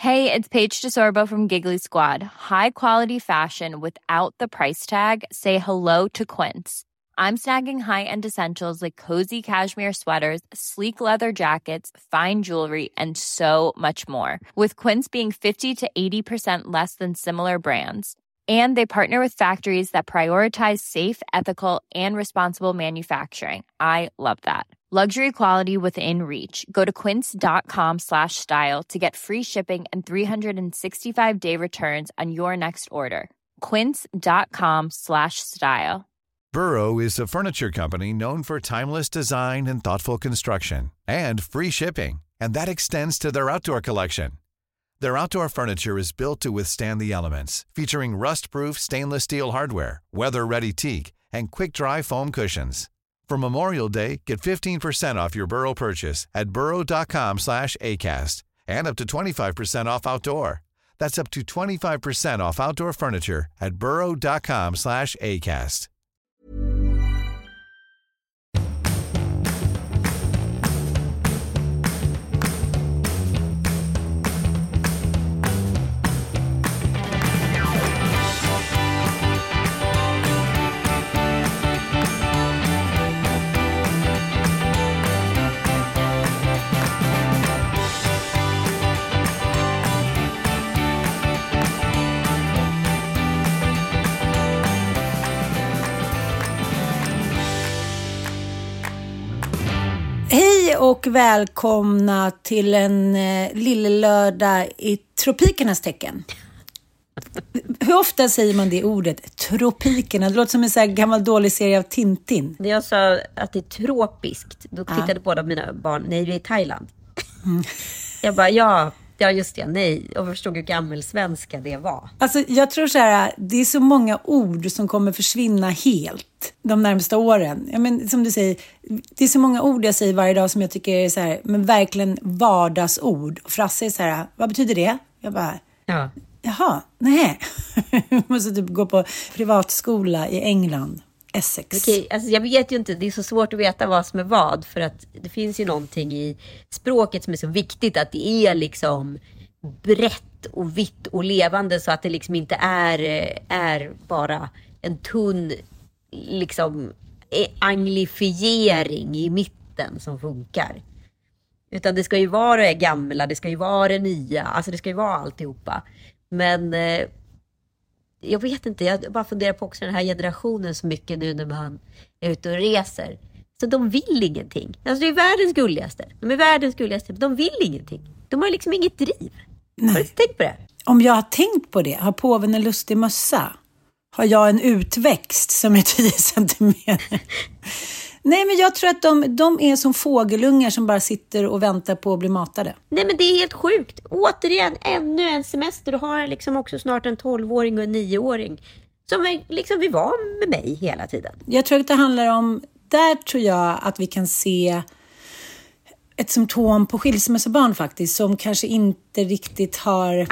Hey, it's Paige DeSorbo from Giggly Squad. High quality fashion without the price tag. Say hello to Quince. I'm snagging high-end essentials like cozy cashmere sweaters, sleek leather jackets, fine jewelry, and so much more. With Quince being 50 to 80% less than similar brands. And they partner with factories that prioritize safe, ethical, and responsible manufacturing. I love that. Luxury quality within reach. Go to quince.com/style to get free shipping and 365-day returns on your next order. Quince.com/style. Burrow is a furniture company known for timeless design and thoughtful construction, and free shipping, and that extends to their outdoor collection. Their outdoor furniture is built to withstand the elements, featuring rust-proof stainless steel hardware, weather-ready teak, and quick-dry foam cushions. For Memorial Day, get 15% off your Burrow purchase at burrow.com/acast, and up to 25% off outdoor. That's up to 25% off outdoor furniture at burrow.com/acast. Hej och välkomna till en lillelördag i tropikernas tecken. Hur ofta säger man det ordet? Tropikerna. Det låter som en så här gammal dålig serie av Tintin. När jag sa att det är tropiskt, då tittade båda mina barn, nej, vi är i Thailand. Jag bara, ja just det, nej. Och jag förstod hur gammelsvenska det var. Alltså jag tror så här, det är så många ord som kommer försvinna helt de närmsta åren. Ja, men som du säger, det är så många ord jag säger varje dag som jag tycker är så här, men verkligen vardagsord. Och Frasse är så här, vad betyder det? Jag bara, jaha, nej. Jag måste typ gå på privatskola i England. Essex. Okej, alltså jag vet ju inte, det är så svårt att veta vad som är vad, för att det finns ju någonting i språket som är så viktigt, att det är liksom brett och vitt och levande, så att det liksom inte är bara en tunn liksom anglifiering i mitten som funkar. Utan det ska ju vara det gamla, det ska ju vara det nya, alltså det ska ju vara alltihopa. Men jag vet inte, jag bara funderar på också den här generationen så mycket nu när man är ute och reser. Så de vill ingenting. Alltså det är världens gulligaste. De är världens gulligaste, men de vill ingenting. De har liksom inget driv. Nej. Har du inte tänkt på det? Om jag har tänkt på det, har påven en lustig mössa? Har jag en utväxt som är 10 centimeter? Nej, men jag tror att de är som fågelungar som bara sitter och väntar på att bli matade. Nej, men det är helt sjukt. Återigen, ännu en semester. Du har liksom också snart en 12-åring och en 9-åring som liksom vi var med mig hela tiden. Jag tror att det handlar om, där tror jag att vi kan se ett symptom på skilsmässobarn faktiskt, som kanske inte riktigt har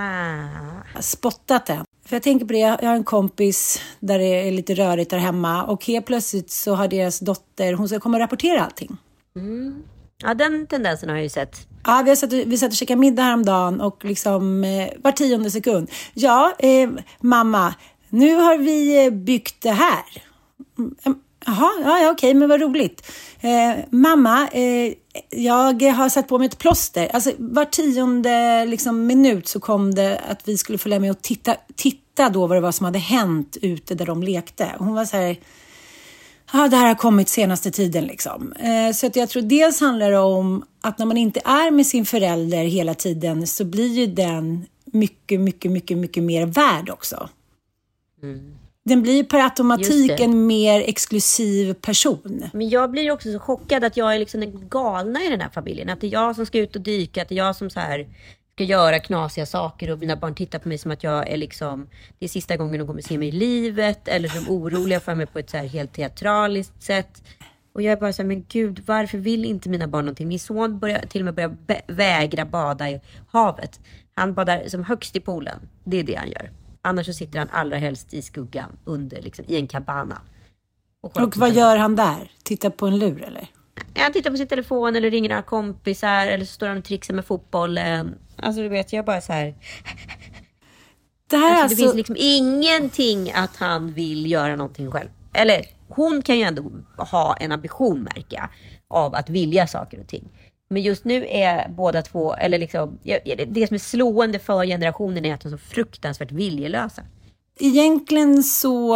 spottat det. För jag tänker på det, jag har en kompis där det är lite rörigt där hemma, och helt plötsligt så har deras dotter, hon ska komma och rapportera allting. Mm. Ja, den tendensen har jag ju sett. Ja, vi satt och käkade middag häromdagen och liksom var 10:e sekund. Ja, mamma, nu har vi byggt det här. Jaha, ja, okej, men vad roligt. Mamma, jag har satt på mig ett plåster. Alltså var 10:e liksom, minut så kom det att vi skulle följa med och titta då vad det var som hade hänt ute där de lekte. Och hon var så här, ja, det här har kommit senaste tiden liksom. Så att jag tror dels handlar det om att när man inte är med sin förälder hela tiden så blir ju den mycket mer värd också. Mm. Den blir per automatik en mer exklusiv person. Men jag blir också så chockad att jag är liksom den galna i den här familjen. Att det är jag som ska ut och dyka. Att det är jag som så här ska göra knasiga saker. Och mina barn tittar på mig som att jag är liksom, det är sista gången de kommer se mig i livet. Eller de är oroliga för mig på ett så här helt teatraliskt sätt. Och jag är bara så här, men gud, varför vill inte mina barn någonting? Min son börjar till och med vägra bada i havet. Han badar som högst i poolen. Det är det han gör. Annars så sitter han allra helst i skuggan under, liksom, i en cabana. Och vad gör han där? Tittar på en lur eller? Han tittar på sin telefon eller ringer några kompisar. Eller så står han och trixar med fotbollen. Alltså du vet, jag bara så här... Det här det finns liksom ingenting att han vill göra någonting själv. Eller hon kan ju ändå ha en ambition, märker jag, av att vilja saker och ting. Men just nu är båda två, eller liksom, det som är slående för generationen är att de är så fruktansvärt viljelösa. Egentligen så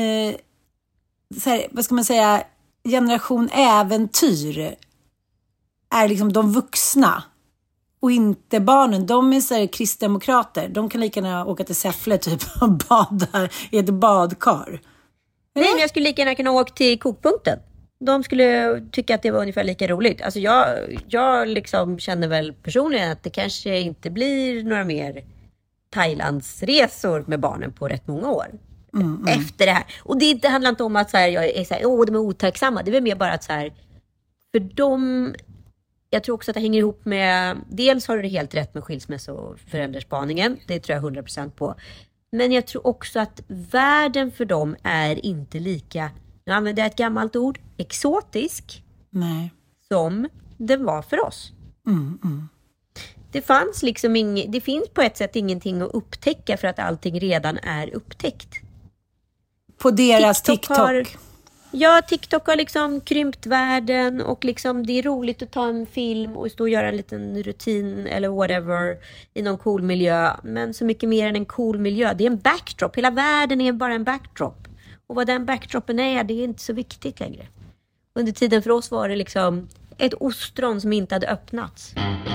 här, vad ska man säga, generation äventyr är liksom de vuxna och inte barnen. De är så här kristdemokrater. De kan lika gärna åka till Säffle typ och bada i ett badkar. Nej, men jag skulle lika gärna kunna åka till kokpunkten. De skulle tycka att det var ungefär lika roligt. Alltså jag liksom känner väl personligen att det kanske inte blir några mer Thailandsresor med barnen på rätt många år. Efter det här. Och det handlar inte om att så här, jag är så här, de är otacksamma. Det är väl mer bara att så här, för dem, jag tror också att det hänger ihop med, dels har du det helt rätt med skilsmässa och föräldraspaningen. Det tror jag 100% på. Men jag tror också att världen för dem är inte lika, nu använder jag ett gammalt ord, exotisk. Nej. Som det var för oss. Det fanns liksom det finns på ett sätt ingenting att upptäcka för att allting redan är upptäckt. På deras TikTok. TikTok har liksom krympt världen och liksom det är roligt att ta en film och stå och göra en liten rutin eller whatever i någon cool miljö. Men så mycket mer än en cool miljö. Det är en backdrop. Hela världen är bara en backdrop. Och vad den backdropen är, det är inte så viktigt längre. Under tiden för oss var det liksom ett ostron som inte hade öppnats.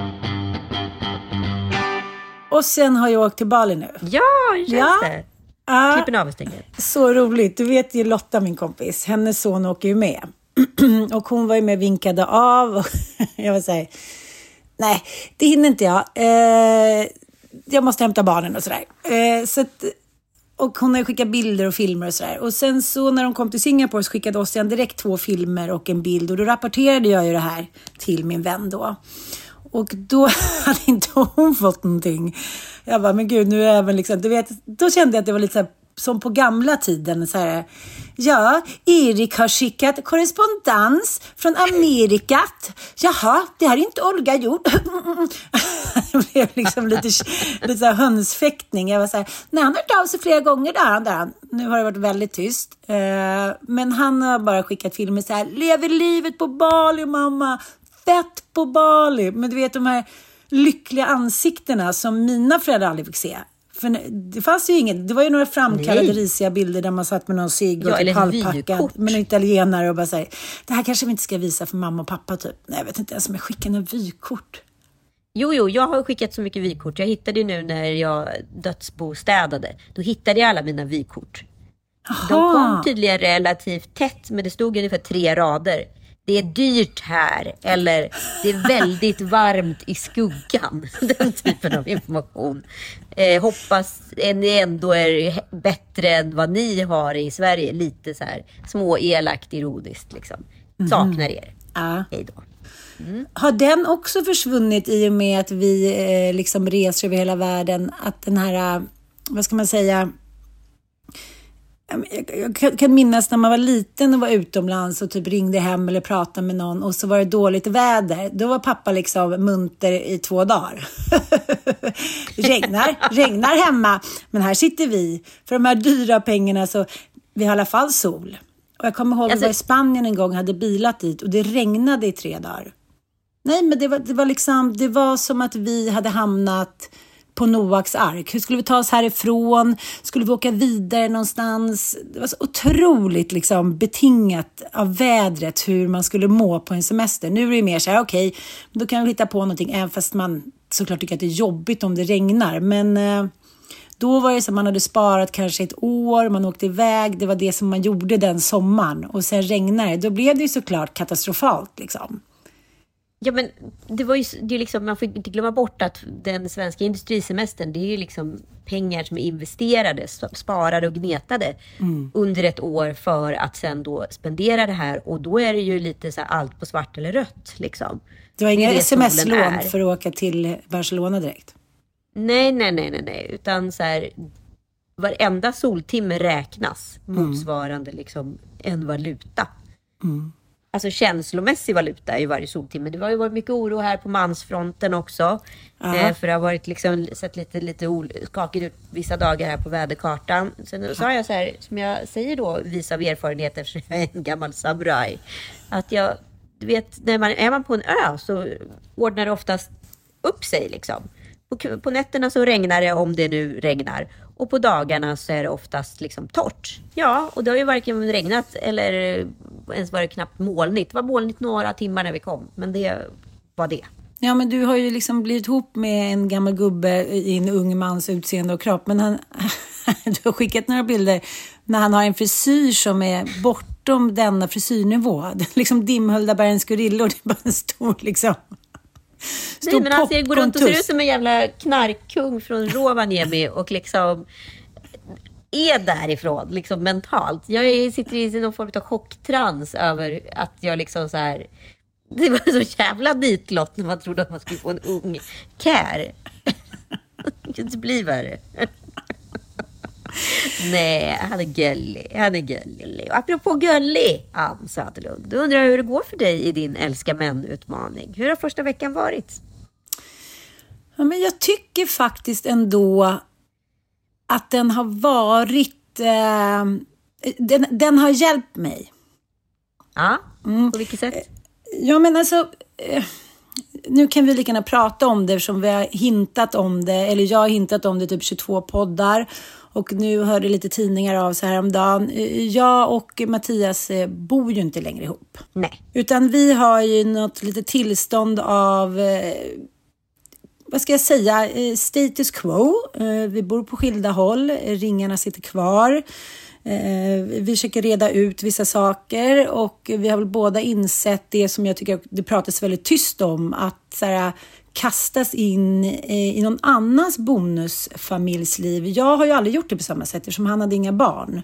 Och sen har jag åkt till Bali nu. Ja, hur känns det? Klippen av stänget. Så roligt. Du vet ju Lotta, min kompis. Hennes son åker ju med. Och hon var ju med, vinkade av. Och jag var säga, nej, det hinner inte jag. Jag måste hämta barnen och sådär. Och hon har skickat bilder och filmer och sådär. Och sen så när de kom till Singapore så skickade Ossian direkt 2 filmer och en bild. Och då rapporterade jag ju det här till min vän då. Och då hade inte hon fått någonting. Jag bara, men gud, nu är även liksom, du vet, då kände jag att det var lite så här, som på gamla tiden så här. Ja, Erik har skickat korrespondens från Amerikat. Jaha, det har inte Olga gjort. Det blev liksom lite så här hönsfäktning. Jag var så här, nej, han har hört av sig flera gånger där. Nu har det varit väldigt tyst. Men han har bara skickat filmer så här, lever livet på Bali, mamma. Fett på Bali. Men du vet de här lyckliga ansiktena som mina föräldrar aldrig fick se. För det fanns ju inget. Det var ju några framkallade risiga bilder där man satt med någon cigg och typ halvpackad med en italienare och bara säger, det här kanske vi inte ska visa för mamma och pappa typ. Nej, jag vet inte ens om jag skickar några vykort. Jo, jag har skickat så mycket vykort. Jag hittade ju nu när jag dödsbostädade. Då hittade jag alla mina vykort. Aha. De kom tydligen relativt tätt, men det stod ungefär 3 rader. Det är dyrt här, eller det är väldigt varmt i skuggan. Den typen av information. Hoppas ni ändå är bättre än vad ni har i Sverige. Lite så här små elakt irodiskt liksom. Saknar er. Hej då. Har den också försvunnit i och med att vi liksom reser över hela världen? Att den här, vad ska man säga... Jag kan minnas när man var liten och var utomlands och typ ringde hem eller pratade med någon och så var det dåligt väder. Då var pappa liksom munter i 2 dagar. regnar hemma. Men här sitter vi. För de här dyra pengarna så vi har i alla fall sol. Och jag kommer ihåg att vi var i Spanien en gång, hade bilat dit och det regnade i 3 dagar. Nej, men det var som att vi hade hamnat på Noaks ark. Hur skulle vi ta oss härifrån? Skulle vi åka vidare någonstans? Det var så otroligt liksom betingat av vädret hur man skulle må på en semester. Nu är det mer så här, okej, då kan vi hitta på någonting även fast man såklart tycker att det är jobbigt om det regnar. Men då var det så att man hade sparat kanske 1 år, man åkte iväg, det var det som man gjorde den sommaren och sen regnade det. Då blev det ju såklart katastrofalt liksom. Ja, men det är liksom, man får inte glömma bort att den svenska industrisemestern, det är ju liksom pengar som är investerade, sparade och gnetade under 1 år för att sen då spendera det här. Och då är det ju lite så här allt på svart eller rött liksom. Det var inga sms-lån för att åka till Barcelona direkt? Nej. Utan så här, varenda soltimme räknas motsvarande liksom en valuta. alltså känslomässig valuta i varje soltimme. Det har ju varit mycket oro här på mansfronten också. För det har varit liksom, sett lite skakigt ut vissa dagar här på väderkartan. Sen så har jag så här, som jag säger då, vis av erfarenhet eftersom jag är en gammal samurai, att jag, du vet, är man på en ö så ordnar det oftast upp sig liksom. På nätterna så regnar det, om det nu regnar. Och på dagarna så är det oftast liksom torrt. Ja, och det har ju varken regnat eller ens varit knappt molnigt. Det var molnigt några timmar när vi kom, men det var det. Ja, men du har ju liksom blivit ihop med en gammal gubbe i en ung mans utseende och kropp. Men du har skickat några bilder när han har en frisyr som är bortom denna frisyrnivå. Det är liksom dimhöljda bergens gorillor. Det är bara en stor liksom... Nej, men alltså jag går runt och ser ut som en jävla knarkkung från Rovaniemi och liksom är därifrån liksom mentalt. Jag sitter i någon form av chocktrans över att jag liksom så här, det var så jävla nitlott när man trodde att man skulle få en ung kär. Det kan inte bli värre. Nej, han är gullig. Och apropå gullig, Ann Söderlund, då undrar jag hur det går för dig i din älska män-utmaning. Hur har första veckan varit? Ja, men jag tycker faktiskt ändå att den har varit... den har hjälpt mig. Ja, på vilket sätt? Ja, men alltså... nu kan vi lika gärna prata om det eftersom vi har hintat om det. Eller jag har hintat om det typ 22 poddar. Och nu hörde lite tidningar av så här om dagen. Jag och Mattias bor ju inte längre ihop. Nej. Utan vi har ju något lite tillstånd av... vad ska jag säga? Status quo. Vi bor på skilda håll. Ringarna sitter kvar. Vi försöker reda ut vissa saker. Och vi har väl båda insett det som jag tycker det pratas väldigt tyst om. Att så här, kastas in i någon annans bonusfamiljsliv. Jag har ju aldrig gjort det på samma sätt eftersom han hade inga barn.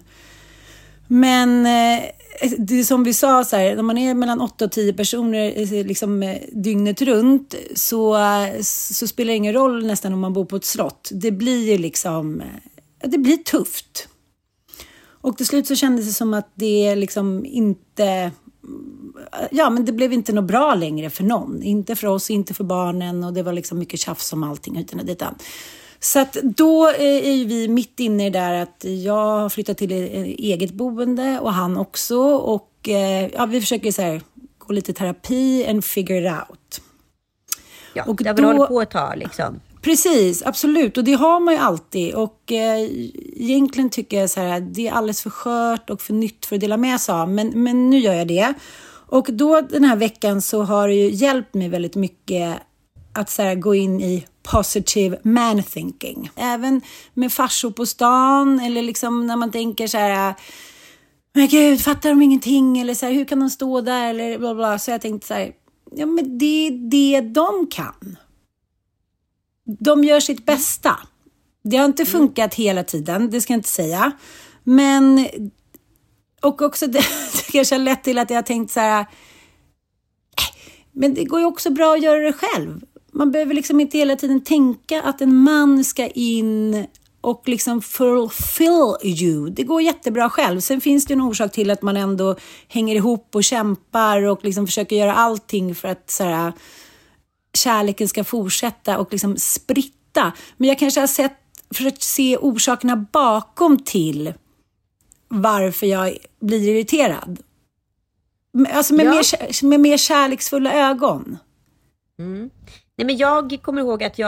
Men det är som vi sa så här, när man är mellan 8 och 10 personer liksom, dygnet runt så spelar det ingen roll nästan om man bor på ett slott. Det blir ju liksom, det blir tufft. Och till slut så kändes det som att det liksom inte... Ja, men det blev inte något bra längre för någon. Inte för oss, inte för barnen. Och det var liksom mycket tjafs om allting utan det. Så att då är ju vi mitt inne i det där att jag har flyttat till eget boende och han också. Och ja, vi försöker så här, gå lite terapi and figure it out. Ja, och det har väl hållit på ett tag liksom. Precis, absolut. Och det har man ju alltid. Och egentligen tycker jag så här, det är alldeles för skört och för nytt för att dela med sig av. Men nu gör jag det. Och då den här veckan så har det ju hjälpt mig väldigt mycket att så här, gå in i positive man thinking. Även med farsor på stan eller liksom när man tänker så här, men gud, fattar de ingenting? Eller så här, hur kan de stå där? Eller bla bla. Så jag tänkte så här, ja men det är det de kan. De gör sitt bästa. Det har inte funkat hela tiden, det ska jag inte säga. Men, och också det kanske har lett till att jag har tänkt så här, men det går ju också bra att göra det själv. Man behöver liksom inte hela tiden tänka att en man ska in och liksom fulfill you. Det går jättebra själv. Sen finns det en orsak till att man ändå hänger ihop och kämpar och liksom försöker göra allting för att så här, kärleken ska fortsätta och liksom spritta. Men jag kanske har försökt se orsakerna bakom till varför jag blir irriterad. Alltså med mer kärleksfulla ögon. Mm. Nej, men jag kommer ihåg att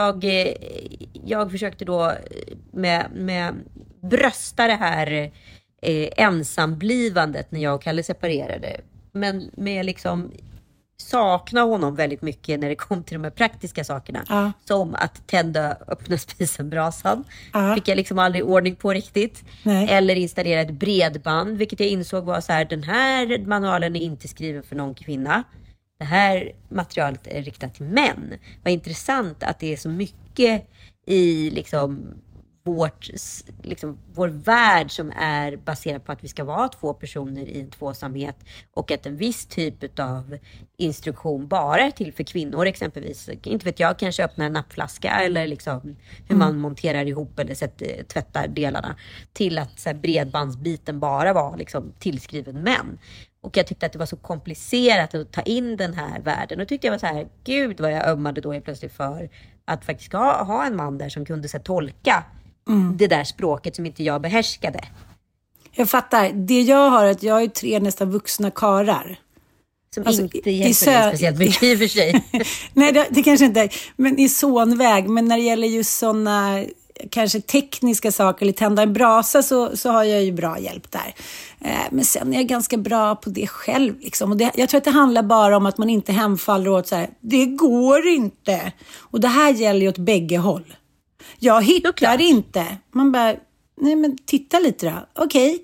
jag försökte då med brösta det här ensamblivandet när jag och Kalle separerade. Men med liksom sakna honom väldigt mycket när det kom till de här praktiska sakerna. Som att tända öppna spisen brasan. Fick jag liksom aldrig ordning på riktigt. Nej. Eller installera ett bredband, vilket jag insåg var så här, den här manualen är inte skriven för någon kvinna. Det här materialet är riktat till män. Vad intressant att det är så mycket i liksom vår värld som är baserad på att vi ska vara 2 personer i en tvåsamhet och att en viss typ av instruktion bara är till för kvinnor exempelvis. Inte vet jag, kanske öppna en nappflaska eller liksom hur man monterar ihop eller tvättar delarna, till att så här, bredbandsbiten bara var liksom tillskriven män. Och jag tyckte att det var så komplicerat att ta in den här världen. Och tyckte jag var så här, gud vad jag ömmade då plötsligt för att faktiskt ha en man där som kunde så här, tolka det där språket som inte jag behärskade. Jag fattar. Det jag har är att jag är 3 nästan vuxna karar. Som alltså, inte hjälper speciellt mycket i och för sig. Nej, det kanske inte är. Men i sonväg. Men när det gäller just sådana kanske tekniska saker, eller tända en brasa, så har jag ju bra hjälp där. Men sen är jag ganska bra på det själv. Liksom. Och jag tror att det handlar bara om att man inte hemfaller åt så här, det går inte. Och det här gäller ju åt bägge håll. Jag hittar inte. Man bara, nej men titta lite då. Okej.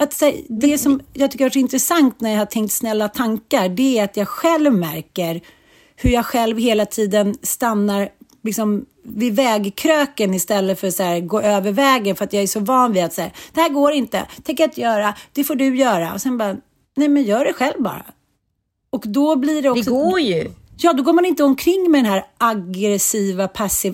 Det som jag tycker är så intressant när jag har tänkt snälla tankar, det är att jag själv märker hur jag själv hela tiden stannar liksom vid vägkröken istället för att gå över vägen, för att jag är så van vid att säga, det här går inte, tänker jag inte göra, det får du göra. Och sen bara, nej men gör det själv bara. Och då blir det också... Det går ju. Ja, då går man inte omkring med den här aggressiva,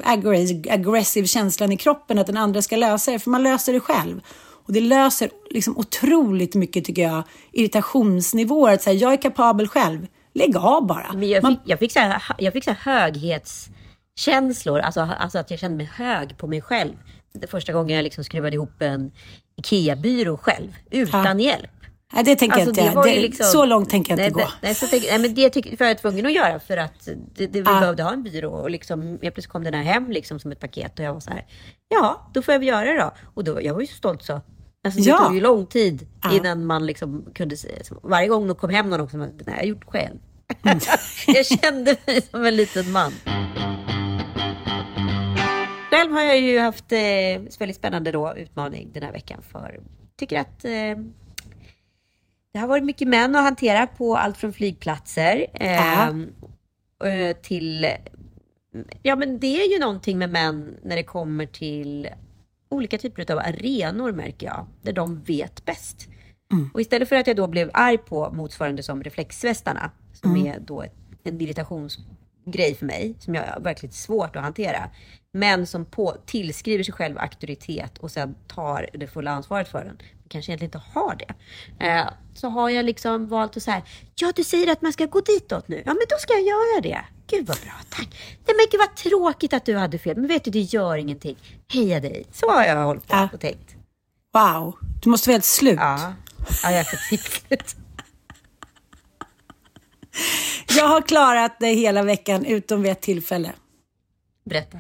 aggressiv känslan i kroppen att den andra ska lösa det, för man löser det själv. Och det löser liksom otroligt mycket, tycker jag, irritationsnivåer. Att säga, jag är kapabel själv. Lägg av bara. Men jag fick så här höghetskänslor. Alltså att jag kände mig hög på mig själv. Det första gången jag liksom skruvade ihop en IKEA-byrå själv. Utan hjälp. Nej, det tänker jag inte. Liksom, så långt tänker jag inte gå. Men det var jag tvungen att göra, för att vi behövde ha en byrå. Och liksom, jag plötsligt kom den här hem liksom, som ett paket. Och jag var så här, ja, då får jag väl göra det då. Och då, jag var ju så stolt så. Alltså, det tog ju lång tid innan man liksom kunde säga. Varje gång de kom hem någon också, nej, jag har gjort själv. Jag kände mig som en liten man. Själv har jag ju haft väldigt spännande utmaning den här veckan. Tycker att det har varit mycket män att hantera på allt från flygplatser till... Ja, men det är ju någonting med män när det kommer till olika typer av arenor, märker jag. Där de vet bäst. Och istället för att jag då blev arg på motsvarande som reflexvästarna, som är då en irritationsgrej för mig, som jag har verkligen svårt att hantera, men som tillskriver sig själv auktoritet och sen tar det fulla ansvaret för den, kanske egentligen inte har det, så har jag liksom valt att säga, ja, du säger att man ska gå ditåt nu, ja men då ska jag göra det. Gud vad bra, tack. Nej men gud vad tråkigt att du hade fel, men vet du, det gör ingenting. Heja dig. Så har jag hållit på och tänkt. Wow, du måste vara helt slut. Ja, jag har fått slut. Jag har klarat det hela veckan utom vid ett tillfälle. Berätta.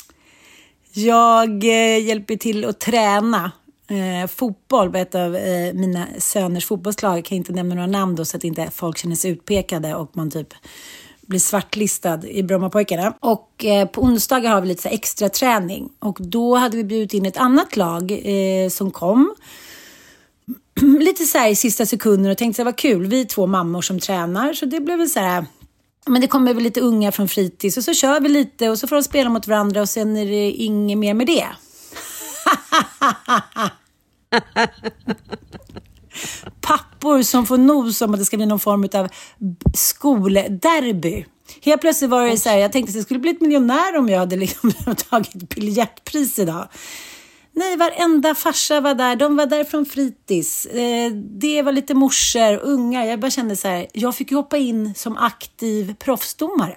Jag hjälper till att träna fotboll på ett av mina söners fotbollslag. Jag kan inte nämna några namn då, så att inte folk känner sig utpekade och man typ blir svartlistad i Brommapojkarna. Och på onsdagar har vi lite så extra träning. Och då hade vi bjudit in ett annat lag som kom lite så här i sista sekunder och tänkte så här, vad kul, vi är 2 mammor som tränar, så det blev väl så här, men det kommer väl lite unga från fritids och så kör vi lite och så får de spela mot varandra och sen är det inget mer med det. Pappor som får nos om att det ska bli någon form av skolderby. Helt plötsligt var det så här, jag tänkte att jag skulle bli ett miljonär om jag hade liksom tagit biljettpris idag. Nej, varenda farsa var där. De var där från fritids. Det var lite morsor, ungar. Jag bara kände så här, jag fick ju hoppa in som aktiv proffsdomare.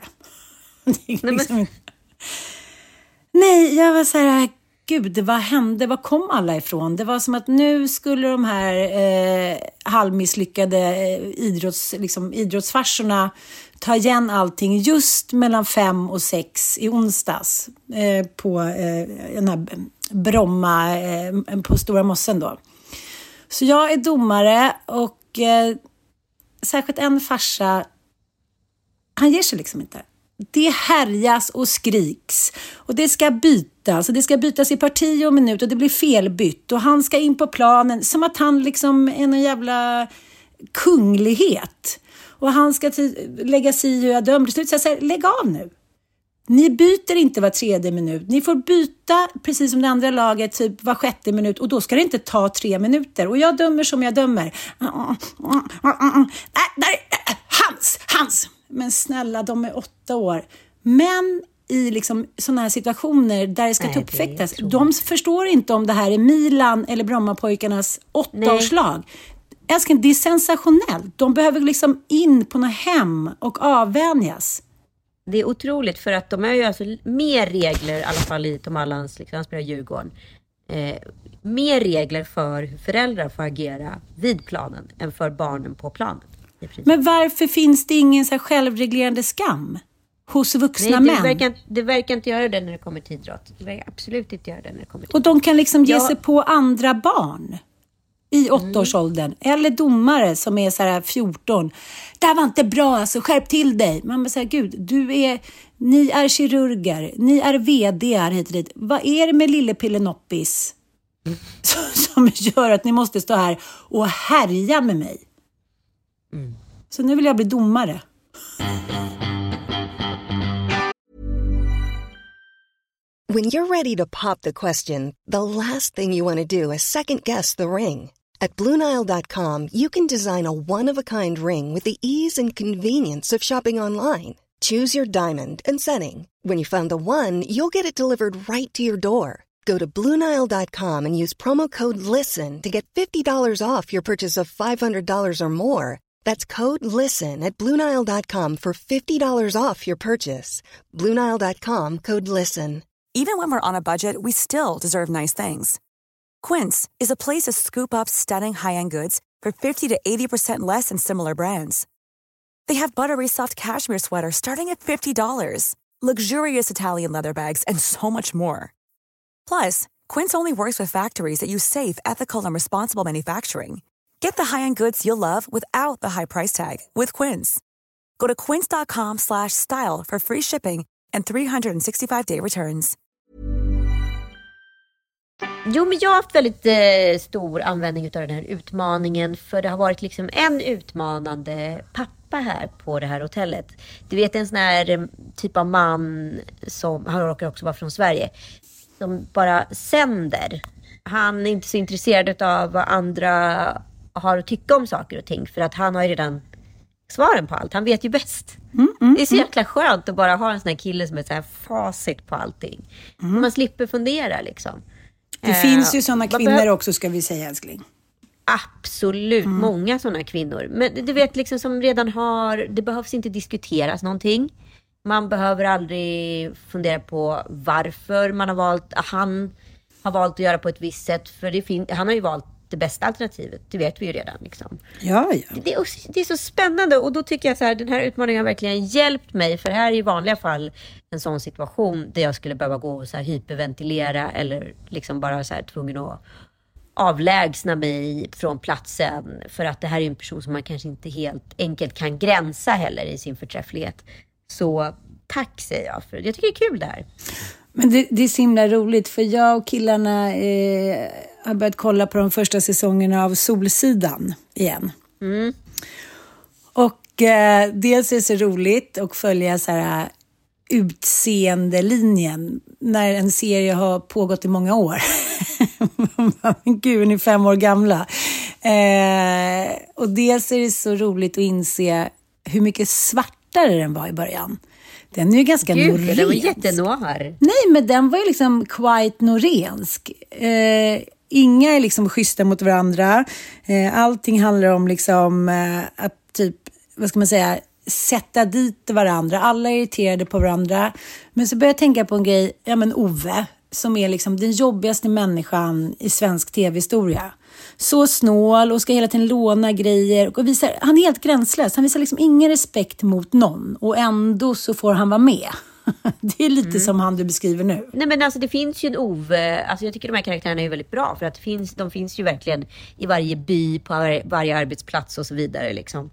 Nej, jag var så här, gud, vad hände? Var kom alla ifrån? Det var som att nu skulle de här halvmisslyckade idrottsfarsorna ta igen allting just mellan 5 och 6 i onsdags på den här Bromma på Stora Mossen då. Så jag är domare och särskilt en farsa, han ger sig liksom inte. Det härjas och skriks och det ska bytas och det ska bytas i parti och minut och det blir felbytt och han ska in på planen som att han liksom är en jävla kunglighet och han ska lägga sig i hur jag dömer. Till slut säger jag, lägg av nu. Ni byter inte var 3:e minut. Ni får byta precis som det andra laget typ var 6:e minut. Och då ska det inte ta 3 minuter. Och jag dömer som jag dömer. Hans! Men snälla, de är 8 år. Men i liksom sådana här situationer där det ska tuppfäktas. De förstår inte om det här är Milan eller Brommapojkarnas 8-årslag. Älskling, det är sensationellt. De behöver liksom in på något hem och avvänjas. Det är otroligt för att de har ju alltså mer regler, i alla fall i Tom Allans, liksom, han spelar Djurgården. Mer regler för hur föräldrar får agera vid planen än för barnen på planen. Men varför finns det ingen så här självreglerande skam hos vuxna män? Det verkar inte göra det när det kommer till idrott. Det verkar absolut inte göra det när det kommer till Och de kan liksom ge sig på andra barn i 8-årsåldern. Eller domare som är så här 14. Det här var inte bra, alltså skärp till dig. Man säger, gud, ni är kirurger, ni är vd-ar hit och dit. Vad är det med lille Pillenoppis som gör att ni måste stå här och härja med mig? Så nu vill jag bli domare. When you're ready to pop the question, the last thing you want to do is second guess the ring. At BlueNile.com, you can design a one-of-a-kind ring with the ease and convenience of shopping online. Choose your diamond and setting. When you find the one, you'll get it delivered right to your door. Go to BlueNile.com and use promo code LISTEN to get $50 off your purchase of $500 or more. That's code LISTEN at BlueNile.com for $50 off your purchase. BlueNile.com, code LISTEN. Even when we're on a budget, we still deserve nice things. Quince is a place to scoop up stunning high-end goods for 50 to 80% less than similar brands. They have buttery soft cashmere sweaters starting at $50, luxurious Italian leather bags, and so much more. Plus, Quince only works with factories that use safe, ethical, and responsible manufacturing. Get the high-end goods you'll love without the high price tag with Quince. Go to quince.com/style for free shipping and 365-day returns. Jo, men jag har haft väldigt stor användning av den här utmaningen. För det har varit liksom en utmanande pappa här på det här hotellet. Du vet, en sån här typ av man som, han råkar också vara från Sverige, som bara sänder. Han är inte så intresserad av vad andra har att tycka om saker och ting. För att han har ju redan svaren på allt. Han vet ju bäst. Det är så jäkla skönt att bara ha en sån här kille som är så här facit på allting. Man slipper fundera liksom. Det finns ju sådana kvinnor också, ska vi säga, älskling. Absolut, många sådana kvinnor. Men du vet liksom som redan har, det behövs inte diskuteras någonting. Man behöver aldrig fundera på varför han har valt att göra på ett visst sätt. För han har ju valt det bästa alternativet. Det vet vi ju redan liksom. Ja. Det är så spännande. Och då tycker jag så här, den här utmaningen har verkligen hjälpt mig. För här är i vanliga fall en sån situation där jag skulle behöva gå och så här hyperventilera. Eller liksom bara så här tvungen att avlägsna mig från platsen. För att det här är en person som man kanske inte helt enkelt kan gränsa heller i sin förträfflighet. Så tack säger jag för det. Jag tycker det är kul det här. Men det är så himla roligt, för jag och killarna har börjat kolla på de första säsongerna av Solsidan igen. Och dels är det så roligt att följa så här utseendelinjen när en serie har pågått i många år. Gud, ni är 5 år gamla. Och dels är det så roligt att inse hur mycket svartare den var i början. Den är ju ganska norensk. Den var jättenoir. Nej, men den var ju liksom quite norensk. Inga är liksom schyssta mot varandra. Allting handlar om liksom att typ, vad ska man säga, sätta dit varandra. Alla är irriterade på varandra. Men så börjar jag tänka på en grej. Ja, men Ove, som är liksom den jobbigaste människan i svensk tv-historia. Så snål och ska hela tiden låna grejer. Och han är helt gränslös. Han visar liksom ingen respekt mot någon. Och ändå så får han vara med. Det är lite som han du beskriver nu. Nej, men alltså det finns ju en Ove. Alltså jag tycker de här karaktärerna är väldigt bra. För att de finns ju verkligen i varje by, på varje arbetsplats och så vidare liksom.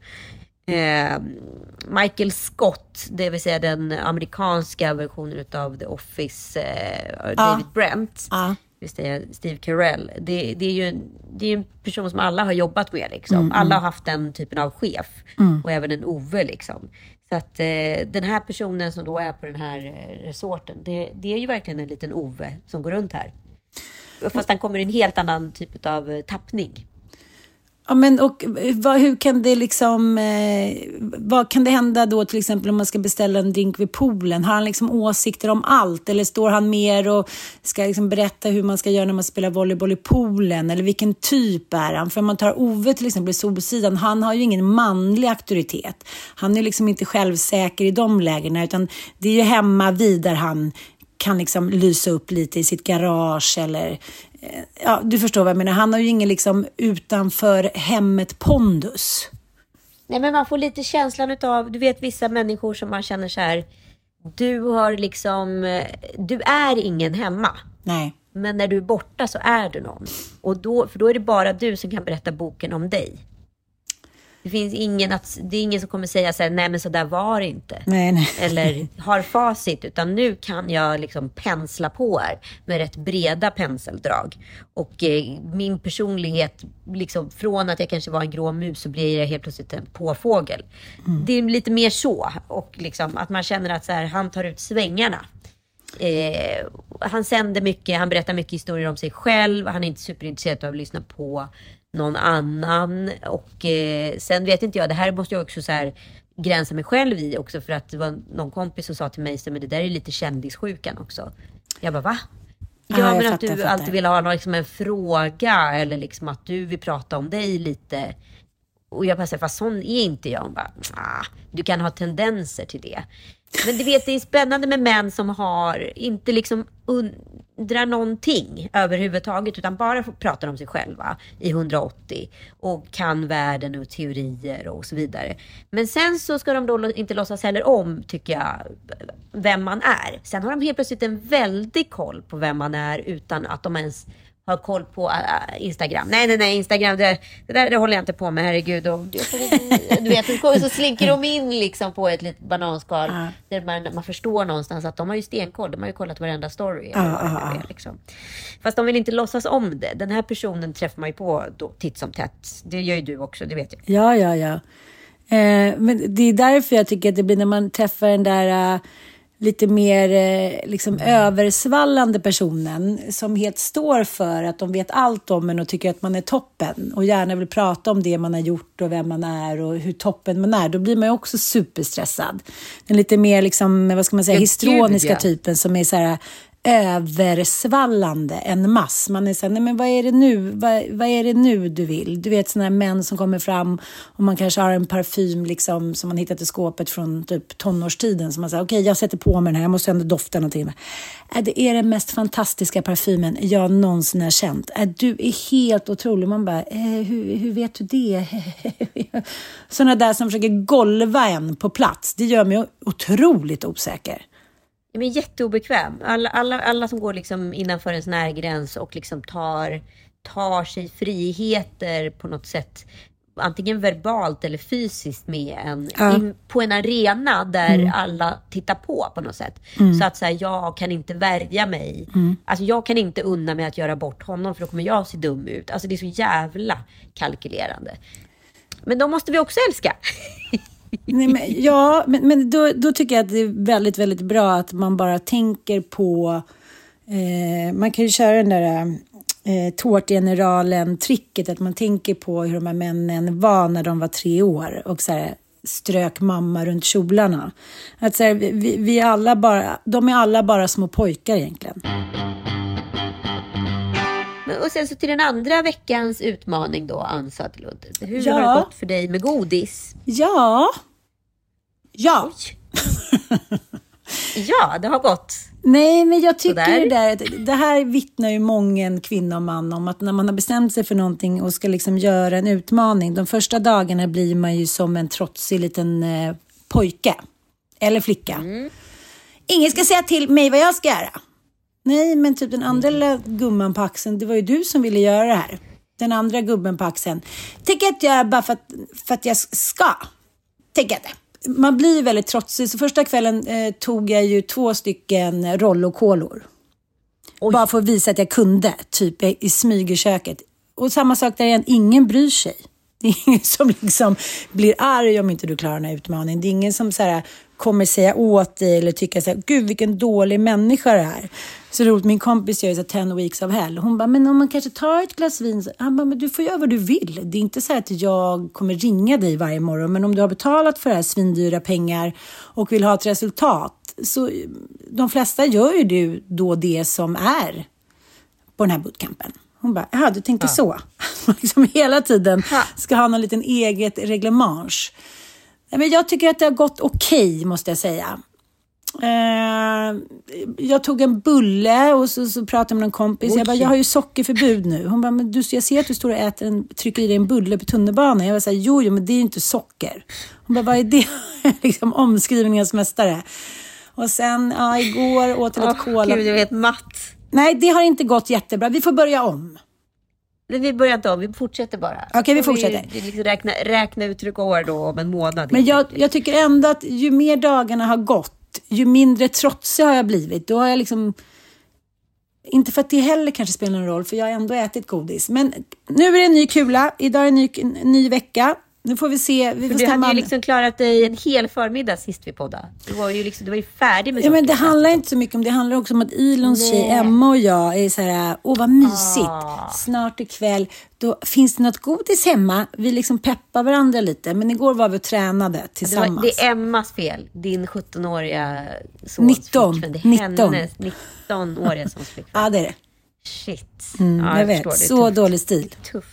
Michael Scott, det vill säga den amerikanska versionen av The Office, David Brent, Steve Carell, det är ju en person som alla har jobbat med liksom. Alla har haft den typen av chef och även en Ove liksom. Så att den här personen som då är på den här resorten, det är ju verkligen en liten Ove som går runt här. Fast han kommer i en helt annan typ av tappning. Ja, men och hur kan det liksom, vad kan det hända då till exempel om man ska beställa en drink vid poolen? Har han liksom åsikter om allt? Eller står han mer och ska liksom berätta hur man ska göra när man spelar volleyboll i poolen? Eller vilken typ är han? För om man tar Ove till exempel i Solsidan, han har ju ingen manlig auktoritet. Han är liksom inte självsäker i de lägena, utan det är ju hemma vid där han kan liksom lysa upp lite i sitt garage eller... Ja, du förstår vad jag menar. Han har ju ingen liksom utanför hemmet pondus. Nej, men man får lite känslan av, du vet vissa människor som man känner så här, du är ingen hemma. Nej. Men när du är borta så är du någon. Och då är det bara du som kan berätta boken om dig. Det är ingen som kommer säga så här, nej men så där var det inte. Nej. Eller har facit, utan nu kan jag liksom pensla på här med rätt breda penseldrag. Och min personlighet, liksom, från att jag kanske var en grå mus så blir jag helt plötsligt en påfågel. Det är lite mer så. Och liksom, att man känner att så här, han tar ut svängarna. Han sänder mycket, han berättar mycket historier om sig själv. Han är inte superintresserad av att lyssna på någon annan. Och sen vet inte jag, det här måste jag också så här gränsa mig själv i också, för att det var någon kompis som sa till mig, men det där är lite kändissjukan också. Jag bara, va? Ja, men att du alltid vill ha liksom en fråga, eller liksom att du vill prata om dig lite. Och jag bara säger, fast sån är inte jag. Hon bara, du kan ha tendenser till det. Men du vet, det är spännande med män som har inte liksom undrar någonting överhuvudtaget, utan bara pratar om sig själva i 180 och kan världen och teorier och så vidare. Men sen så ska de då inte låtsas heller om, tycker jag, vem man är. Sen har de helt plötsligt en väldig koll på vem man är utan att de ens har koll på Instagram. Nej, Instagram, det håller jag inte på med, herregud. Och, du vet, så slinker de in liksom på ett litet bananskal där man förstår någonstans att de har ju stenkoll. De har ju kollat varenda story. Liksom. Fast de vill inte låtsas om det. Den här personen träffar man ju på då, titt som tätt. Det gör ju du också, det vet jag. Ja. Men det är därför jag tycker att det blir när man träffar den där... lite mer liksom översvallande personen som helt står för att de vet allt om en och tycker att man är toppen och gärna vill prata om det man har gjort och vem man är och hur toppen man är. Då blir man ju också superstressad. Den lite mer liksom, vad ska man säga, histrioniska typen som är så här översvallande en mass. Man är så här, nej men vad är det nu? Vad är det nu du vill? Du vet såna här män som kommer fram och man kanske har en parfym liksom som man hittat i skåpet från typ tonårstiden, som man säger, okej, jag sätter på mig den här, jag måste ändå dofta någonting. Det är den mest fantastiska parfymen jag någonsin har känt. Du är helt otrolig. Man bara, hur vet du det? Såna där som försöker golva en på plats. Det gör mig otroligt osäker. Jag är jätteobekväm. Alla som går liksom innanför en sån här gräns och liksom tar sig friheter på något sätt, antingen verbalt eller fysiskt med en på en arena där alla tittar på något sätt. Så att så här, jag kan inte värja mig. Alltså jag kan inte unna mig att göra bort honom, för då kommer jag se dum ut. Alltså det är så jävla kalkylerande. Men då måste vi också älska. Nej, men då tycker jag att det är väldigt, väldigt bra att man bara tänker på... man kan ju köra den där tårtgeneralen-tricket, att man tänker på hur de här männen var när de var 3 år och så här, strök mamma runt kjolarna. Att så här, de är alla bara små pojkar egentligen. Och sen så till den andra veckans utmaning då, Ann Söderlund. Hur har det gått för dig med godis? Ja, Ja, det har gått. Nej, men jag tycker det här vittnar ju många kvinnor och man om, att när man har bestämt sig för någonting och ska liksom göra en utmaning, de första dagarna blir man ju som en trotsig liten pojke eller flicka. Ingen ska säga till mig vad jag ska göra. Nej, men typ den andra lilla gumman på axeln, det var ju du som ville göra det här. Den andra gubben på axeln. Tänker att jag bara för att jag ska. Tänker att man blir väldigt trotsig. Så första kvällen tog jag ju 2 stycken Rollo-kolor. Bara för att visa att jag kunde, typ i smyg i köket. Och samma sak där igen, ingen bryr sig. Det är ingen som liksom blir arg om inte du klarar den här utmaningen. Det är ingen som så här kommer säga åt dig eller tycka så här, gud vilken dålig människa det är. Så roligt, min kompis gör så 10 weeks of hell. Hon bara, men om man kanske tar ett glas vin, han bara, men du får göra vad du vill. Det är inte så att jag kommer ringa dig varje morgon, men om du har betalat för det här svindyra pengar och vill ha ett resultat, så de flesta gör ju du då det som är på den här bootcampen. Hon bara, ja du tänkte så. Liksom hela tiden ska ha någon liten eget reglemang. Men jag tycker att det har gått okej, måste jag säga. Jag tog en bulle och så pratade med en kompis. Jag bara, jag har ju sockerförbud nu. Hon bara, men jag ser att du står och äter trycker i dig en bulle på tunnelbanan. Jag var så här, jo men det är ju inte socker. Hon bara, vad är det? Liksom omskrivningens mästare. Och sen, igår åt jag lite cola. Gud, jag vet matt. Nej, det har inte gått jättebra. Vi får börja om. Vi börjar inte om, vi fortsätter bara. Okej, vi fortsätter. Vi liksom räkna uttryck år då om en månad. Men jag tycker ändå att ju mer dagarna har gått, ju mindre trotsig har jag blivit. Då har jag liksom... Inte för att det heller kanske spelar någon roll, för jag har ändå ätit godis. Men nu är det en ny kula. Idag är en ny vecka. Nu får vi se. Du hade ju liksom klarat dig en hel förmiddag sist vi poddade. Du var ju färdig med saker. Men det handlar inte så mycket om det. handlar också om att Ilons tjej Emma och jag är så här, vad mysigt. Snart ikväll, då finns det något godis hemma. Vi liksom peppar varandra lite. Men igår var vi och tränade tillsammans. Det är Emmas fel. Din 17-åriga sons 19. Hennes 19-åriga sons flickvän. Ja, det är det. Shit. Jag vet. Det så tufft. Dålig stil. Tufft.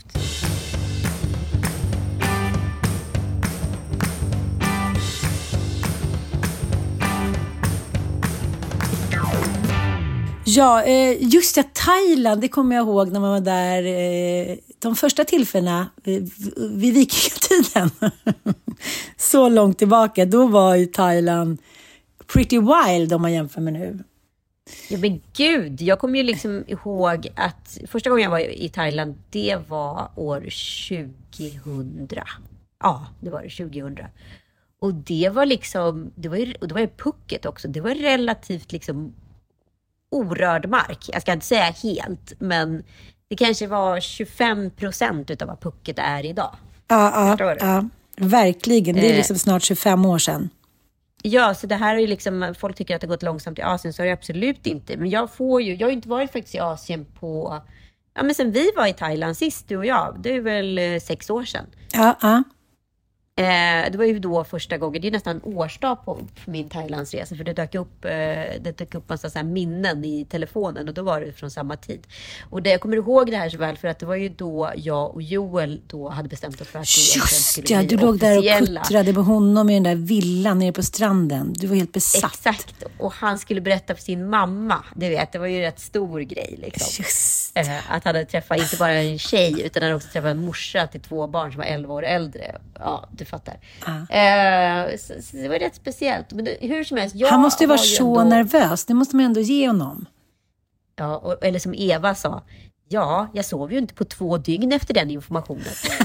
Ja, just det, Thailand, det kommer jag ihåg när man var där de första tillfällena vid vikingatiden. Så långt tillbaka, då var ju Thailand pretty wild om man jämför med nu. Ja men gud, jag kommer ju liksom ihåg att första gången jag var i Thailand, det var år 2000. Ja, det var det 2000. Och det var liksom, det var ju Phuket också, det var relativt liksom orörd mark. Jag ska inte säga helt, men det kanske var 25% utav vad Phuket är idag. Ja, verkligen. Det är liksom snart 25 år sedan. Ja, så det här är ju liksom, folk tycker att det har gått långsamt i Asien, så är det absolut inte. Men jag har ju inte varit faktiskt i Asien på, men sen vi var i Thailand sist, du och jag, det är väl 6 år sedan. Ja. Det var ju då första gången, det är nästan en årsdag på min Thailandsresa, för det dök upp massa så här minnen i telefonen, och då var det från samma tid. Och jag kommer ihåg det här så väl, för att det var ju då jag och Joel då hade bestämt oss för att just ja, du låg där och puttrade med honom i den där villan nere på stranden. Du var helt besatt. Exakt, och han skulle berätta för sin mamma, du vet, det var ju en rätt stor grej liksom. Just. Att han hade träffat inte bara en tjej, utan han hade också träffat en morsa till 2 barn som var 11 år äldre. Ja, du fattar. Så det var rätt speciellt. Men hur som helst, han måste ju vara så nervös. Det måste man ändå ge honom. Ja, eller som Eva sa. Ja, jag sov ju inte på 2 dygn efter den informationen.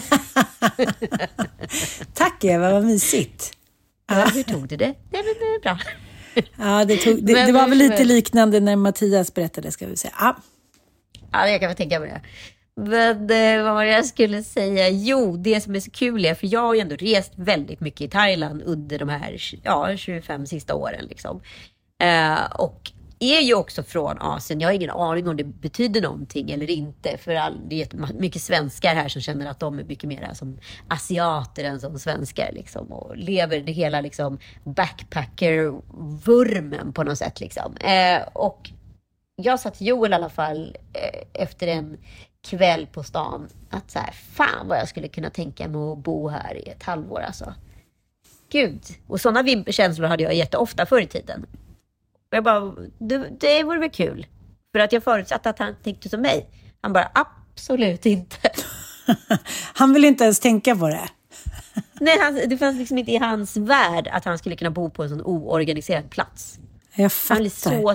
Tack Eva, vad mysigt. Ja, hur tog du det? Nej, men det är bra. Ja, det var väl lite liknande när Mattias berättade, ska vi säga. Ja, jag kan väl tänka mig det. Men vad var det jag skulle säga? Jo, det som är så kul är, för jag har ju ändå rest väldigt mycket i Thailand under de här 25 sista åren liksom. Och är ju också från Asien. Jag har ingen aning om det betyder någonting eller inte, för det är mycket svenskar här som känner att de är mycket mer som asiater än som svenskar liksom, och lever det hela liksom backpacker-vurmen på något sätt liksom. Och jag satt Joel i alla fall efter en kväll på stan att så här, fan vad jag skulle kunna tänka mig att bo här i ett halvår alltså. Gud. Och sådana känslor hade jag jätteofta förr i tiden. Och jag bara, det vore väl kul. För att jag förutsatte att han tänkte som mig. Han bara, absolut inte. Han vill inte ens tänka på det. Nej, det fanns liksom inte i hans värld att han skulle kunna bo på en sån oorganiserad plats. Jag fattar. Han blir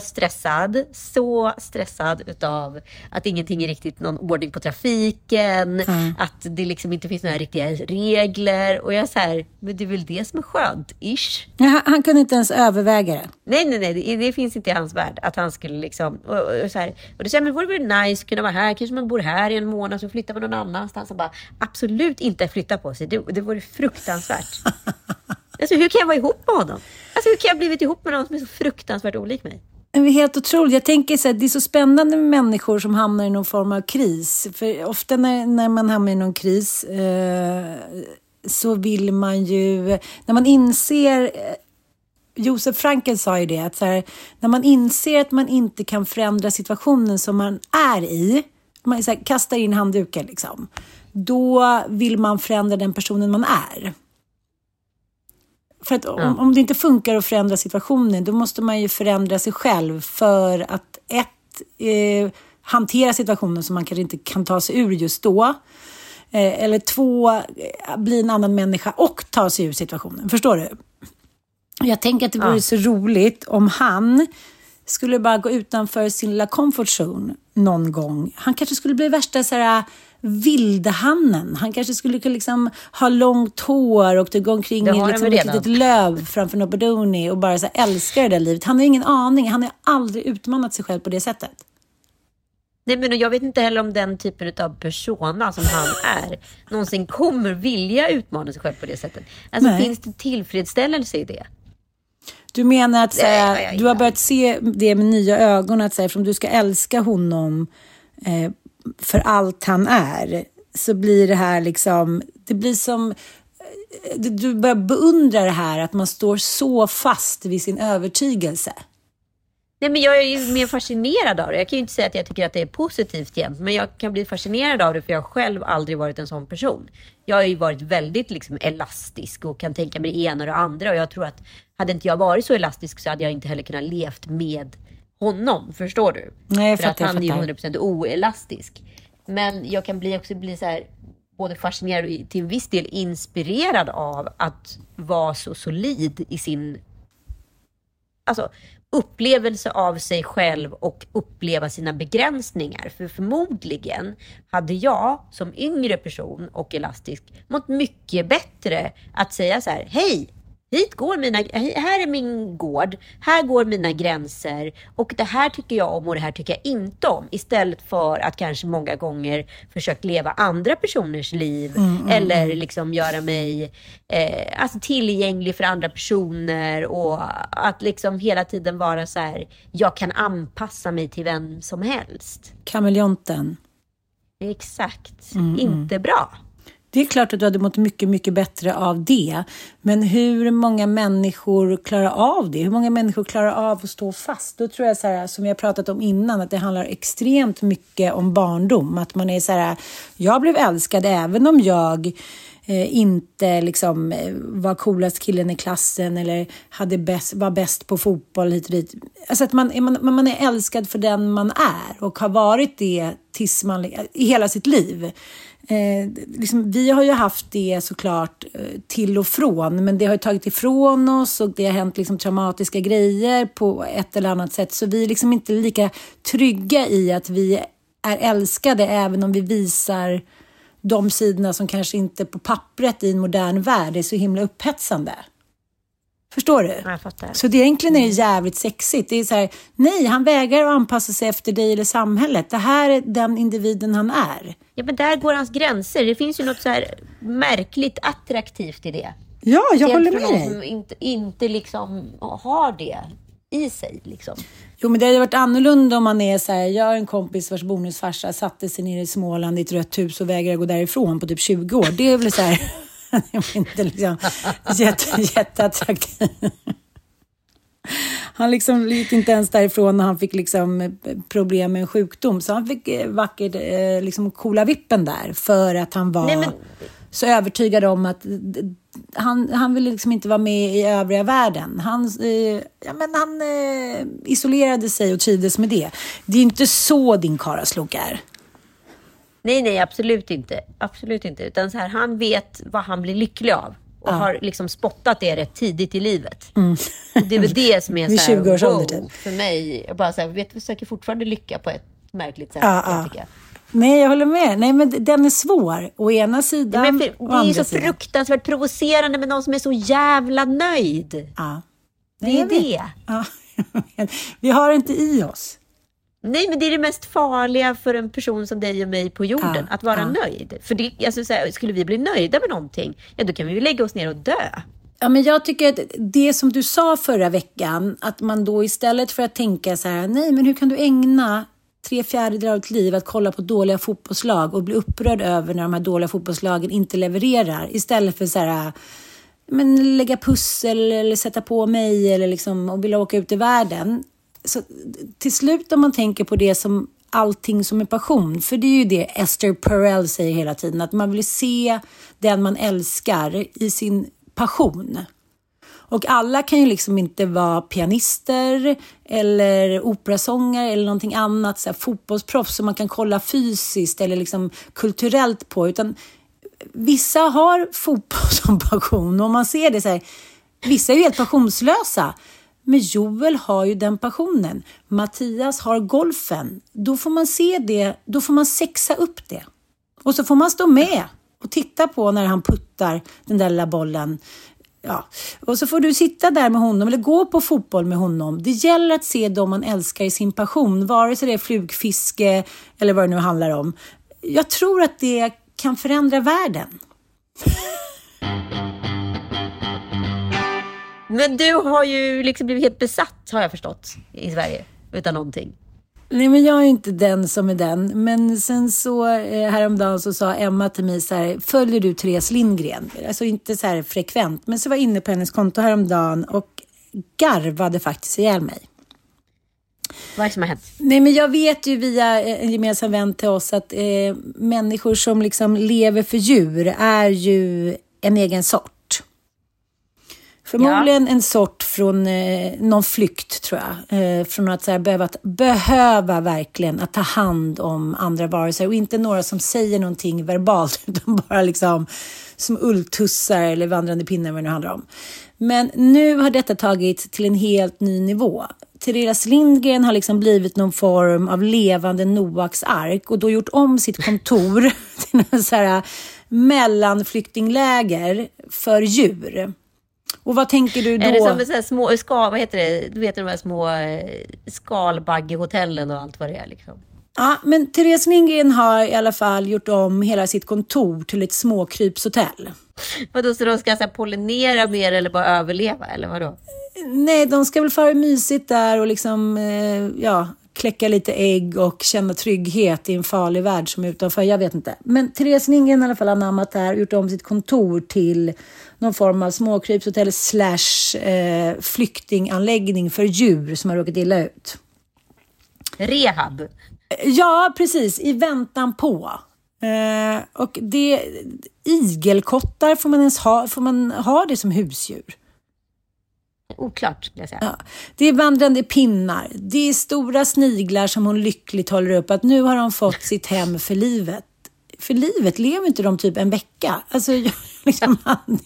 så stressad utav att ingenting är riktigt någon ordning på trafiken, att det liksom inte finns några riktiga regler. Och jag är så här, men det är väl det som är skönt, ish. Ja, han kunde inte ens överväga det. Nej, det finns inte i hans värld att han skulle liksom, och så här, och det säger, men vore det nice att kunna vara här, kanske man bor här i en månad så flyttar man någon annanstans, och bara absolut inte flytta på sig, det vore fruktansvärt. Alltså hur kan jag vara ihop med honom? Alltså hur kan jag ha blivit ihop med någon som är så fruktansvärt olik mig? Det är helt otroligt. Jag tänker så här, det är så spännande med människor som hamnar i någon form av kris. För ofta när man hamnar i någon kris så vill man ju, när man inser, Josef Frankl sa ju det, att så här, när man inser att man inte kan förändra situationen som man är i, man så här, kastar in handduken liksom, då vill man förändra den personen man är. För att om det inte funkar att förändra situationen, då måste man ju förändra sig själv för att hantera situationen som man kanske inte kan ta sig ur just då. Eller 2, bli en annan människa och ta sig ur situationen. Förstår du? Jag tänker att det vore så roligt om han skulle bara gå utanför sin lilla comfort zone någon gång. Han kanske skulle bli värsta så här vildhannen. Han kanske skulle liksom ha långt hår och gå omkring i liksom ett litet löv framför Nobodoni och bara så älskar det där livet. Han har ingen aning. Han har aldrig utmanat sig själv på det sättet. Nej, men jag vet inte heller om den typen av persona som han är någonsin kommer vilja utmana sig själv på det sättet. Alltså finns det tillfredsställelse i det? Du menar att du har börjat se det med nya ögon, att säga, om du ska älska honom för allt han är, så blir det här liksom, det blir som, du börjar beundra det här att man står så fast vid sin övertygelse. Nej, men jag är ju mer fascinerad av det. Jag kan ju inte säga att jag tycker att det är positivt jämt, men jag kan bli fascinerad av det för jag har själv aldrig varit en sån person. Jag har ju varit väldigt liksom elastisk och kan tänka mig det ena och det andra, och jag tror att hade inte jag varit så elastisk så hade jag inte heller kunnat levt med honom, förstår du? Nej, för att han är ju 100% oelastisk. Men jag kan också bli så här, både fascinerad och till viss del inspirerad av att vara så solid i sin upplevelse av sig själv och uppleva sina begränsningar. För förmodligen hade jag som yngre person och elastisk mått mycket bättre att säga så här: hej, här är min gård, här går mina gränser, och det här tycker jag om och det här tycker jag inte om, istället för att kanske många gånger försöka leva andra personers liv eller liksom göra mig tillgänglig för andra personer, och att liksom hela tiden vara så här: jag kan anpassa mig till vem som helst. Kameleonten. Exakt. Inte bra. Det är klart att du hade mått mycket, mycket bättre av det. Men hur många människor klarar av det? Hur många människor klarar av att stå fast? Då tror jag så här, som jag pratat om innan, att det handlar extremt mycket om barndom. Att man är så här: jag blev älskad även om jag inte liksom var coolast killen i klassen eller var bäst på fotboll hit och dit. Alltså att man är älskad för den man är och har varit det tills man, i hela sitt liv. Liksom, vi har ju haft det såklart till och från, men det har ju tagit ifrån oss och det har hänt liksom traumatiska grejer på ett eller annat sätt, så vi är liksom inte lika trygga i att vi är älskade även om vi visar de sidorna som kanske inte på pappret i en modern värld är så himla upphetsande. Förstår du? Jag fattar. Så det egentligen är jävligt sexigt. Det är så här: nej, han vägrar att anpassa sig efter dig eller samhället. Det här är den individen han är. Ja, men där går hans gränser. Det finns ju något så här märkligt attraktivt i det. Ja, jag håller med dig. Som inte liksom har det i sig liksom. Jo, men det hade varit annorlunda om man är så här: jag har en kompis vars bonusfarsa satte sig ner i Småland i ett rött hus och vägrade gå därifrån på typ 20 år. Det är väl så här, det är inte liksom jätteattraktivt. Han liksom gick inte ens därifrån när han fick liksom problem med en sjukdom. Så han fick vackert liksom coola vippen där för att han var så övertygad om att han ville liksom inte vara med i övriga världen. Han isolerade sig och trivdes med det. Det är inte så din karaslok är. Nej, absolut inte. Absolut inte. Utan så här, han vet vad han blir lycklig av. och har liksom spottat det rätt tidigt i livet. Det är väl det som är så här, 20 års ålder typ. För mig. Jag bara så här, vi söker fortfarande lycka på ett märkligt sätt. Tycker jag. Nej, jag håller med. Nej, men den är svår. Å ena sidan, det är ju så fruktansvärt provocerande med någon som är så jävla nöjd. Ja. Det är det. Ja. Vi har inte i oss. Nej, men det är det mest farliga för en person som dig och mig på jorden. Att vara nöjd. För det, alltså, så här, skulle vi bli nöjda med någonting, ja, då kan vi ju lägga oss ner och dö. Ja, men jag tycker att det som du sa förra veckan, att man då istället för att tänka så här, nej, men hur kan du ägna 3/4 av ditt liv att kolla på dåliga fotbollslag och bli upprörd över när de här dåliga fotbollslagen inte levererar, istället för så här, men lägga pussel eller sätta på mig eller liksom, och vilja åka ut i världen. Så till slut, om man tänker på det som allting som är passion, för det är ju det Esther Perel säger hela tiden, att man vill se den man älskar i sin passion. Och alla kan ju liksom inte vara pianister eller operasångare eller någonting annat, så här, fotbollsproffs som man kan kolla fysiskt eller liksom kulturellt på, utan vissa har fotboll som passion, och man ser det så här, vissa är ju helt passionslösa. Men Joel har ju den passionen. Mattias har golfen. Då får man se det, då får man sexa upp det. Och så får man stå med och titta på när han puttar den där lilla bollen. Ja. Och så får du sitta där med honom eller gå på fotboll med honom. Det gäller att se dem man älskar i sin passion, vare sig det är flugfiske eller vad det nu handlar om. Jag tror att det kan förändra världen. Men du har ju liksom blivit helt besatt, har jag förstått, i Sverige, utan någonting. Nej, men jag är inte den som är den. Men sen så häromdagen så sa Emma till mig så här, följer du Therese Lindgren? Alltså inte så här frekvent, men så var jag inne på hennes konto häromdagen och garvade faktiskt ihjäl mig. Vad är det som har hänt? Nej, men jag vet ju via en gemensam vän till oss att människor som liksom lever för djur är ju en egen sort. Förmodligen en sort från någon flykt, tror jag. Från att så här, behöva verkligen att ta hand om andra varelser. Och inte några som säger någonting verbalt, utan bara liksom som ulltussar eller vandrande pinnar, vad det nu handlar om. Men nu har detta tagit till en helt ny nivå. Therese Lindgren har liksom blivit någon form av levande Noaks ark och då gjort om sitt kontor till en så här mellanflyktingläger för djur. Och vad tänker du då? Är det som så här små vad heter det? Du vet de här små skalbaggehotellen och allt vad det är liksom. Ja, men Therese Lindgren har i alla fall gjort om hela sitt kontor till ett småkrypshotell. Vadå, så de ska så här pollinera mer eller bara överleva, eller vadå? Nej, de ska väl få mysigt där och liksom, kläcka lite ägg och känna trygghet i en farlig värld som är utanför, jag vet inte. Men Therese Lindgren i alla fall har namnat här, gjort om sitt kontor till någon form av småkrypshotell / flyktinganläggning för djur som har råkat illa ut. Rehab? Ja, precis. I väntan på. Och det igelkottar får man ha det som husdjur? Oklart, skulle jag säga. Ja, det är vandrande pinnar. Det är stora sniglar som hon lyckligt håller upp. Att nu har de fått sitt hem för livet. För livet lever inte de typ en vecka. Alltså, liksom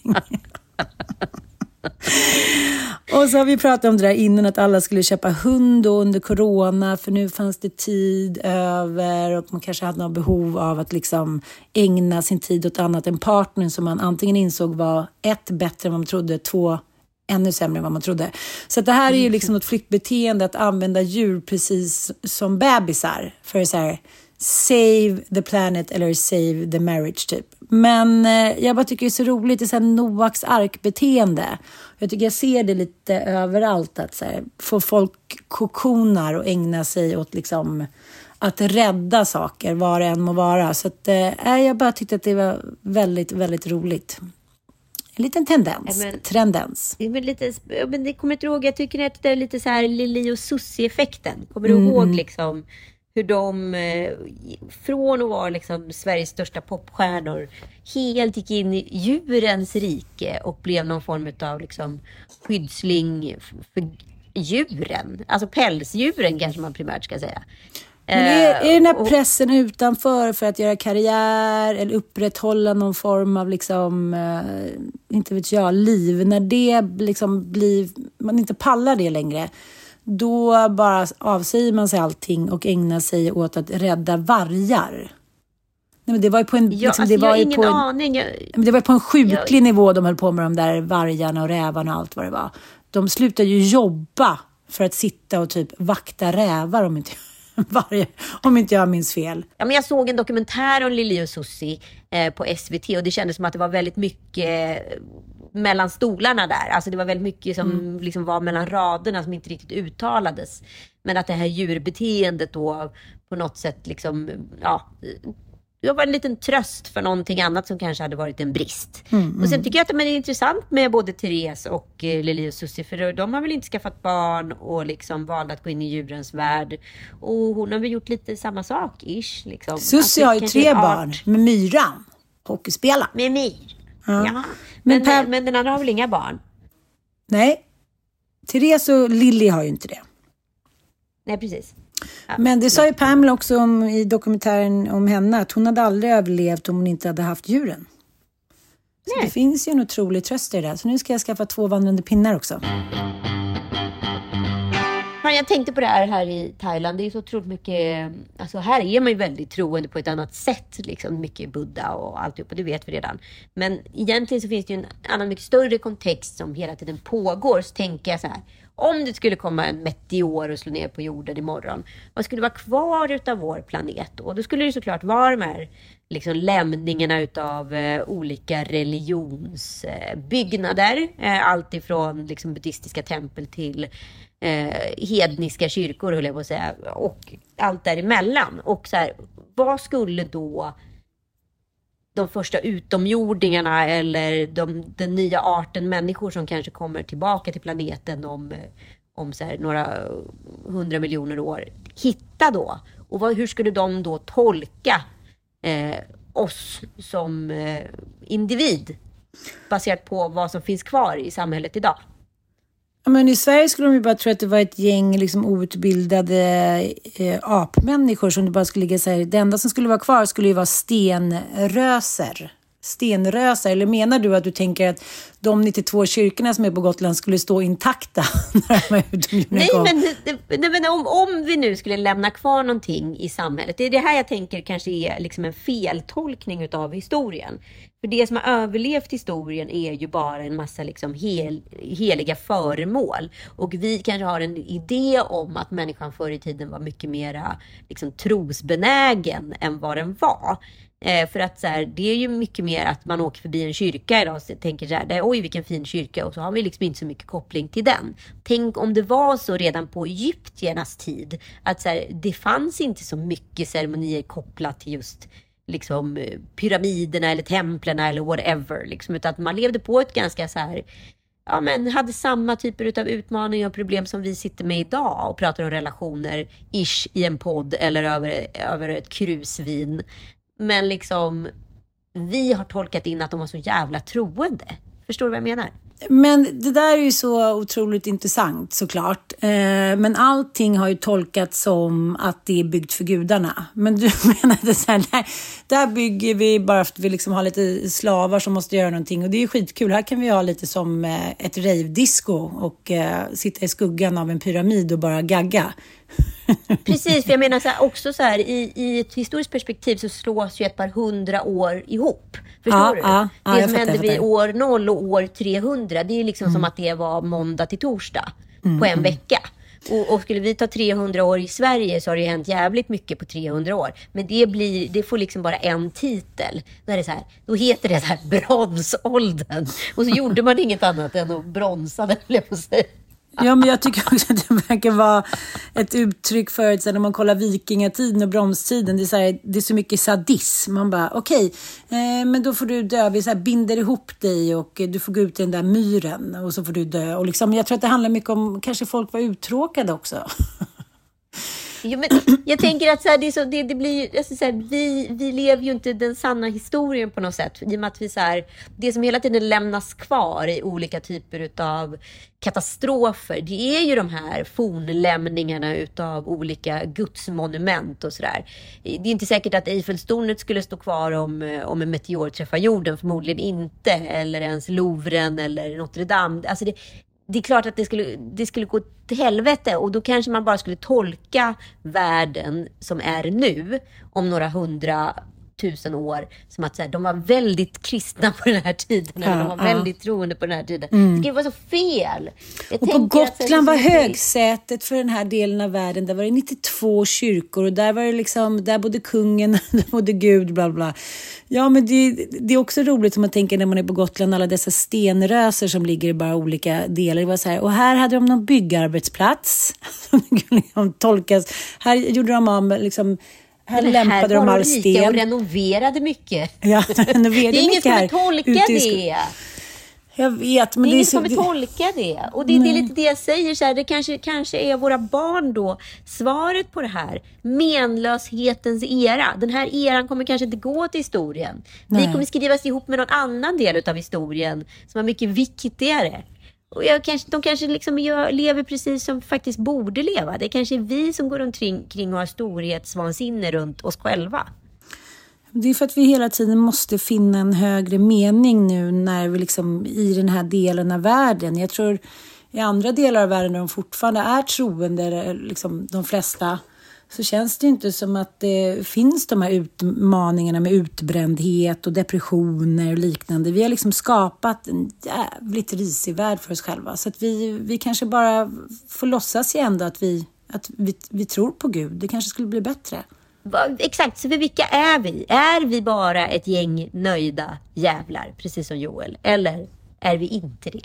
och så har vi pratat om det där innan, att alla skulle köpa hund under corona, för nu fanns det tid över och man kanske hade något behov av att liksom ägna sin tid åt annat än partnern som man antingen insåg var 1, bättre än vad man trodde, 2, ännu sämre än vad man trodde. Så att det här är ju liksom något flyktbeteende, att använda djur precis som bebisar för så här, save the planet eller save the marriage typ. Men jag bara tycker det är så roligt, det är så här Noaks arkbeteende. Jag tycker jag ser det lite överallt, att så här, få folk kokonar och ägna sig åt liksom att rädda saker, vad det än må vara. Så att jag bara tyckte att det var väldigt, väldigt roligt. En liten tendens. Men det kommer inte ihåg, jag tycker att det är lite så här Lili och Susie-effekten. Kommer du ihåg liksom hur de från att vara liksom Sveriges största popstjärnor helt gick in i djurens rike och blev någon form av liksom skyddsling för djuren. Alltså pälsdjuren kanske man primärt ska säga. Men är den här pressen utanför för att göra karriär eller upprätthålla någon form av liksom, inte vet jag, liv, när det liksom blir, man inte pallar det längre, då bara avsäger man sig allting och ägnar sig åt att rädda vargar. Nej, men det var ju på en, liksom, det var ju på en, aning. Det var på en sjuklig nivå de höll på med de där vargarna och rävarna och allt vad det var. De slutade ju jobba för att sitta och typ vakta rävar om inte jag minns fel. Ja, men jag såg en dokumentär om Lili och Susie på SVT och det kändes som att det var väldigt mycket mellan stolarna där. Alltså det var väldigt mycket som liksom var mellan raderna som inte riktigt uttalades. Men att det här djurbeteendet då på något sätt liksom, ja, det var en liten tröst för någonting annat som kanske hade varit en brist. Och sen tycker jag att det är intressant med både Therese och Lili och Susie, för de har väl inte skaffat barn och liksom valt att gå in i djurens värld. Och hon har väl gjort lite samma sak, ish. Liksom. Susie har ju 3 barn med Myran, hockeyspelaren. Med Myr. Ja. Men den andra har väl inga barn? Nej, Therese och Lili har ju inte det. Nej, precis. Ja. Men det sa ju Pamela också i dokumentären om henne, att hon hade aldrig överlevt om hon inte hade haft djuren. Så det finns ju en otrolig tröst i det där. Så nu ska jag skaffa 2 vandrande pinnar också. Jag tänkte på det här i Thailand. Det är så otroligt mycket, alltså här är man ju väldigt troende på ett annat sätt. Liksom mycket Buddha och alltihop, och det vet vi redan. Men egentligen så finns det ju en annan mycket större kontext som hela tiden pågår. Så tänker jag så här, om det skulle komma en meteor och slå ner på jorden imorgon, vad skulle vara kvar utav vår planet? Och då skulle det såklart vara de här liksom lämningarna utav olika religionsbyggnader. Allt ifrån liksom buddhistiska tempel till hedniska kyrkor, höll jag på att säga, och allt däremellan. Och så här, vad skulle då de första utomjordingarna eller den nya arten människor som kanske kommer tillbaka till planeten om så här några 100 miljoner år hitta då? Och hur skulle de då tolka oss som individ baserat på vad som finns kvar i samhället idag? Ja, men i Sverige skulle de ju bara tro att det var ett gäng liksom outbildade apmänniskor som det bara skulle ligga så här. Det enda som skulle vara kvar skulle ju vara stenröser. Eller menar du att du tänker att de 92 kyrkorna som är på Gotland skulle stå intakta när de är utomjordingar kom? Nej, men om vi nu skulle lämna kvar någonting i samhället, det är det här jag tänker kanske är liksom en feltolkning av historien. För det som har överlevt historien är ju bara en massa liksom heliga föremål. Och vi kanske har en idé om att människan förr i tiden var mycket mera liksom trosbenägen än vad den var. För att så här, det är ju mycket mer att man åker förbi en kyrka idag och tänker så här, oj vilken fin kyrka, och så har vi liksom inte så mycket koppling till den. Tänk om det var så redan på egyptiernas tid att så här, det fanns inte så mycket ceremonier kopplat till just liksom pyramiderna eller templerna eller whatever, liksom, utan att man levde på ett ganska så här, ja, men hade samma typer av utmaningar och problem som vi sitter med idag och pratar om relationer ish i en podd eller över ett krusvin. Men liksom, vi har tolkat in att de var så jävla troende. Förstår du vad jag menar? Men det där är ju så otroligt intressant såklart. Men allting har ju tolkats som att det är byggt för gudarna. Men du menade så här, där bygger vi bara för att vi liksom har lite slavar som måste göra någonting. Och det är ju skitkul. Här kan vi ha lite som ett rave-disco och sitta i skuggan av en pyramid och bara gagga. Precis, för jag menar så här, också så här, i ett historiskt perspektiv så slås ju ett par 100 år ihop. Förstår du? Det som hände vid år 0 och år 300, det är liksom som att det var måndag till torsdag på en vecka. Och skulle vi ta 300 år i Sverige så har det hänt jävligt mycket på 300 år. Men det får liksom bara en titel. Då är det så här, då heter det så här bronsåldern. Och så gjorde man inget annat än att bronsa, det vill jag få säga. Ja, men jag tycker också att det verkar vara ett uttryck för att när man kollar vikingatiden och bromstiden, det är så mycket sadism. Man bara, okej, men då får du dö. Vi så här binder ihop dig och du får gå ut i den där myren och så får du dö. Och liksom, jag tror att det handlar mycket om, kanske folk var uttråkade också. Jo, men jag tänker att så här, det blir alltså, så här, vi lever ju inte den sanna historien på något sätt. I och med att vi så här, det som hela tiden lämnas kvar i olika typer av katastrofer, det är ju de här fornlämningarna utav olika gudsmonument och sådär. Det är inte säkert att Eiffeltornet skulle stå kvar om en meteor träffar jorden, förmodligen inte, eller ens Louvren eller Notre Dame. Alltså det är klart att det skulle gå till helvete, och då kanske man bara skulle tolka världen som är nu om några 100 000 år som att så här, de var väldigt kristna på den här tiden, eller de var väldigt troende på den här tiden. Det skulle vara så fel. Och på Gotland var högsätet för den här delen av världen, där var det 92 kyrkor, och där var det liksom, där bodde kungen, där bodde Gud, bla bla. Ja, men det är också roligt om man tänker när man är på Gotland, alla dessa stenröser som ligger i bara olika delar. Det var så här, och här hade de någon byggarbetsplats som tolkas. Här gjorde de om liksom, här lämpade de all sten. Och renoverade mycket. Ja, renoverade det är ingen som kommer tolka det. Jag vet, men det är ingen som kommer tolka det. Och det är lite det jag säger. Så här, det kanske är våra barn då svaret på det här. Menlöshetens era. Den här eran kommer kanske inte gå till historien. Vi kommer skrivas ihop med någon annan del av historien som är mycket viktigare. Och de kanske liksom lever precis som faktiskt borde leva. Det kanske är vi som går omkring och har storhetsvansinne runt oss själva. Det är för att vi hela tiden måste finna en högre mening nu när vi liksom i den här delen av världen. Jag tror i andra delar av världen där de fortfarande är troende, liksom de flesta, så känns det inte som att det finns de här utmaningarna med utbrändhet och depressioner och liknande. Vi har liksom skapat en jävligt risig värld för oss själva. Så att vi kanske bara får låtsas igen då att vi tror på Gud. Det kanske skulle bli bättre. Exakt, så för vilka är vi? Är vi bara ett gäng nöjda jävlar, precis som Joel? Eller är vi inte det?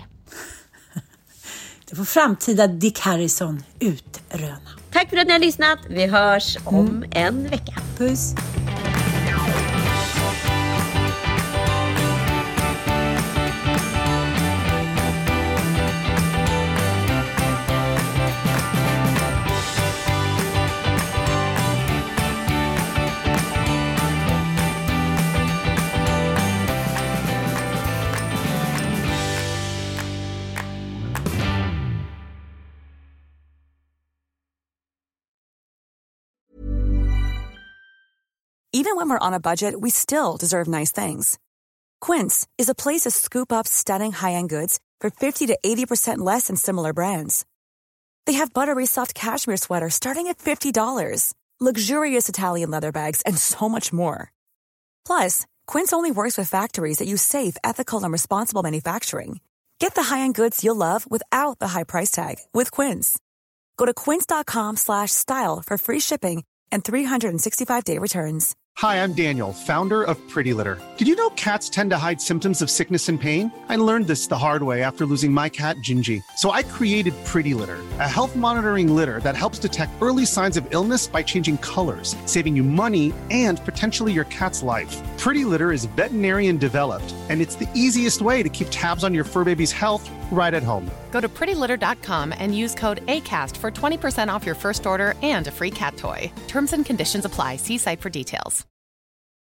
Det får framtida Dick Harrison utröna. Tack för att ni har lyssnat. Vi hörs om en vecka. Puss. Even when we're on a budget, we still deserve nice things. Quince is a place to scoop up stunning high-end goods for 50 to 80% less than similar brands. They have buttery soft cashmere sweaters starting at $50, luxurious Italian leather bags, and so much more. Plus, Quince only works with factories that use safe, ethical, and responsible manufacturing. Get the high-end goods you'll love without the high price tag with Quince. Go to quince.com/style for free shipping and 365-day returns. Hi, I'm Daniel, founder of Pretty Litter. Did you know cats tend to hide symptoms of sickness and pain? I learned this the hard way after losing my cat, Gingy. So I created Pretty Litter, a health monitoring litter that helps detect early signs of illness by changing colors, saving you money and potentially your cat's life. Pretty Litter is veterinarian developed, and it's the easiest way to keep tabs on your fur baby's health right at home. Go to prettylitter.com and use code ACAST for 20% off your first order and a free cat toy. Terms and conditions apply. See site for details.